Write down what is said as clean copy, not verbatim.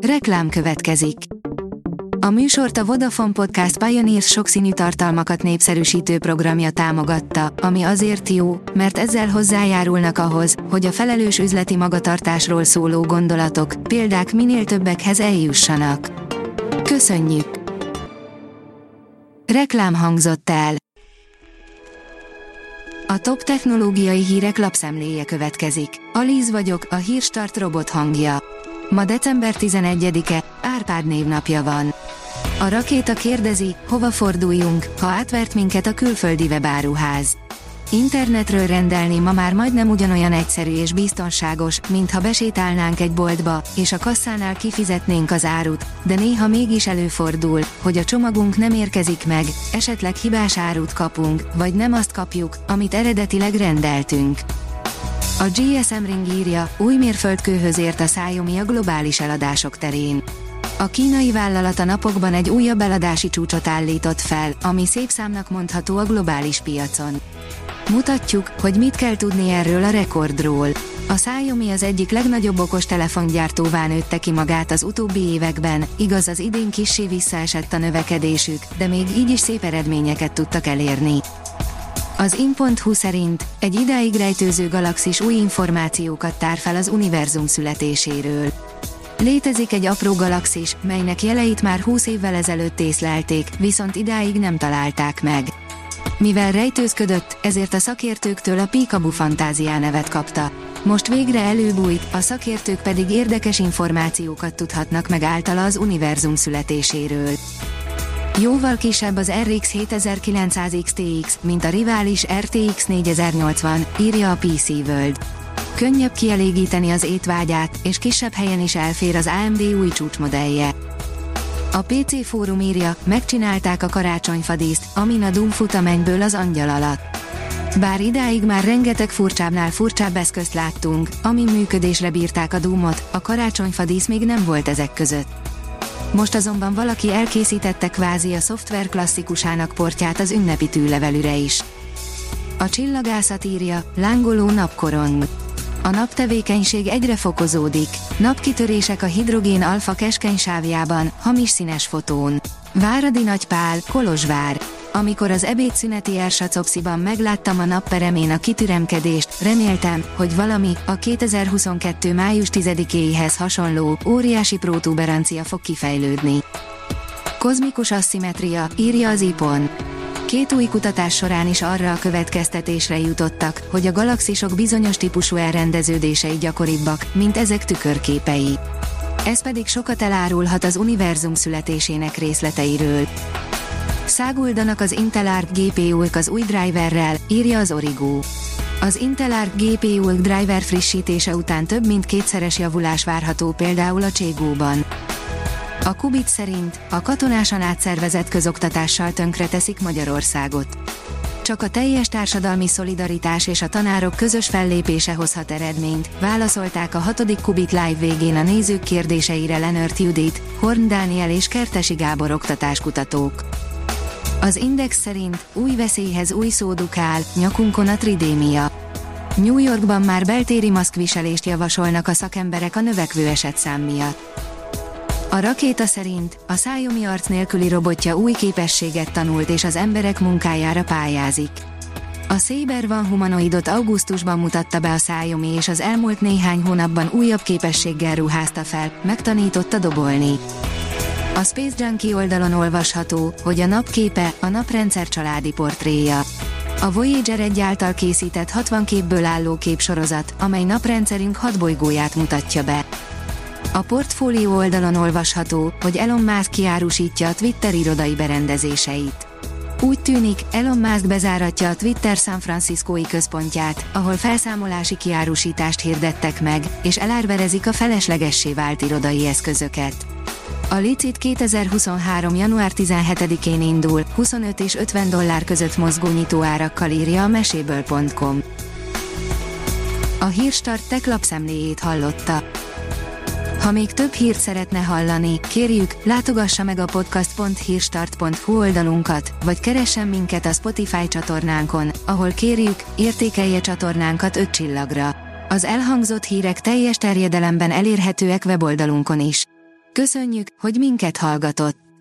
Reklám következik. A műsort a Vodafone Podcast Pioneers sokszínű tartalmakat népszerűsítő programja támogatta, ami azért jó, mert ezzel hozzájárulnak ahhoz, hogy a felelős üzleti magatartásról szóló gondolatok, példák minél többekhez eljussanak. Köszönjük! Reklám hangzott el. A top technológiai hírek lapszemléje következik. Alíz vagyok, a Hírstart robot hangja. Ma december 11-e, Árpád névnapja van. A rakéta kérdezi, hova forduljunk, ha átvert minket a külföldi webáruház. Internetről rendelni ma már majdnem ugyanolyan egyszerű és biztonságos, mintha besétálnánk egy boltba, és a kasszánál kifizetnénk az árut, de néha mégis előfordul, hogy a csomagunk nem érkezik meg, esetleg hibás árut kapunk, vagy nem azt kapjuk, amit eredetileg rendeltünk. A GSM Ring írja, új mérföldkőhöz ért a Xiaomi a globális eladások terén. A kínai vállalat a napokban egy újabb eladási csúcsot állított fel, ami szép számnak mondható a globális piacon. Mutatjuk, hogy mit kell tudni erről a rekordról. A Xiaomi az egyik legnagyobb okostelefongyártóvá nőtte ki magát az utóbbi években, igaz, az idén kissé visszaesett a növekedésük, de még így is szép eredményeket tudtak elérni. Az in.hu szerint egy idáig rejtőző galaxis új információkat tár fel az univerzum születéséről. Létezik egy apró galaxis, melynek jeleit már 20 évvel ezelőtt észlelték, viszont idáig nem találták meg. Mivel rejtőzködött, ezért a szakértőktől a Peekaboo Fantasia nevet kapta. Most végre előbújt, a szakértők pedig érdekes információkat tudhatnak meg általa az univerzum születéséről. Jóval kisebb az RX 7900 XTX, mint a rivális RTX 4080, írja a PC World. Könnyebb kielégíteni az étvágyát, és kisebb helyen is elfér az AMD új csúcsmodellje. A PC Fórum írja, megcsinálták a karácsonyfadíszt, amin a Doom fut a mennyből az angyal alatt. Bár idáig már rengeteg furcsábbnál furcsább eszközt láttunk, amin működésre bírták a Doomot, a karácsonyfadísz még nem volt ezek között. Most azonban valaki elkészítette kvázi a szoftver klasszikusának portját az ünnepi tűlevelűre is. A csillagászat írja, lángoló napkorong. A naptevékenység egyre fokozódik. Napkitörések a hidrogén alfa keskeny sávjában, hamis színes fotón. Váradi Nagypál, Kolozsvár. Amikor az ebédszüneti Ersacopsziban megláttam a napperemén a kitüremkedést, reméltem, hogy valami, a 2022. május 10-éhez hasonló, óriási protuberancia fog kifejlődni. Kozmikus asszimetria, írja az IPON. Két új kutatás során is arra a következtetésre jutottak, hogy a galaxisok bizonyos típusú elrendeződései gyakoribbak, mint ezek tükörképei. Ez pedig sokat elárulhat az univerzum születésének részleteiről. Száguldanak az Intel Arc GPU-k az új driverrel, írja az Origo. Az Intel Arc GPU-k driver frissítése után több mint kétszeres javulás várható például a Cségóban. A Kubit szerint a katonásan átszervezett közoktatással tönkreteszik Magyarországot. Csak a teljes társadalmi szolidaritás és a tanárok közös fellépése hozhat eredményt, válaszolták a 6. Kubit Live végén a nézők kérdéseire Lenört Judit, Horn Dániel és Kertesi Gábor oktatáskutatók. Az Index szerint új veszélyhez új szó dukál, nyakunkon a tridémia. New Yorkban már beltéri maszkviselést javasolnak a szakemberek a növekvő esetszám miatt. A rakéta szerint a Xiaomi arc nélküli robotja új képességet tanult és az emberek munkájára pályázik. A Saber One humanoidot augusztusban mutatta be a Xiaomi és az elmúlt néhány hónapban újabb képességgel ruházta fel, megtanította dobolni. A Space Junkie oldalon olvasható, hogy a napképe, a naprendszer családi portréja. A Voyager 1 által készített 60 képből álló képsorozat, amely naprendszerünk 6 bolygóját mutatja be. A portfólió oldalon olvasható, hogy Elon Musk kiárusítja a Twitter irodai berendezéseit. Úgy tűnik, Elon Musk bezáratja a Twitter San Franciscói központját, ahol felszámolási kiárusítást hirdettek meg, és elárverezik a feleslegessé vált irodai eszközöket. A licit 2023. január 17-én indul, 25 és $50 között mozgó nyitóárakkal, írja a meséből.com. A Hírstart tech lapszemléjét hallotta. Ha még több hírt szeretne hallani, kérjük, látogassa meg a podcast.hírstart.hu oldalunkat, vagy keressen minket a Spotify csatornánkon, ahol kérjük, értékelje csatornánkat 5 csillagra. Az elhangzott hírek teljes terjedelemben elérhetőek weboldalunkon is. Köszönjük, hogy minket hallgatott!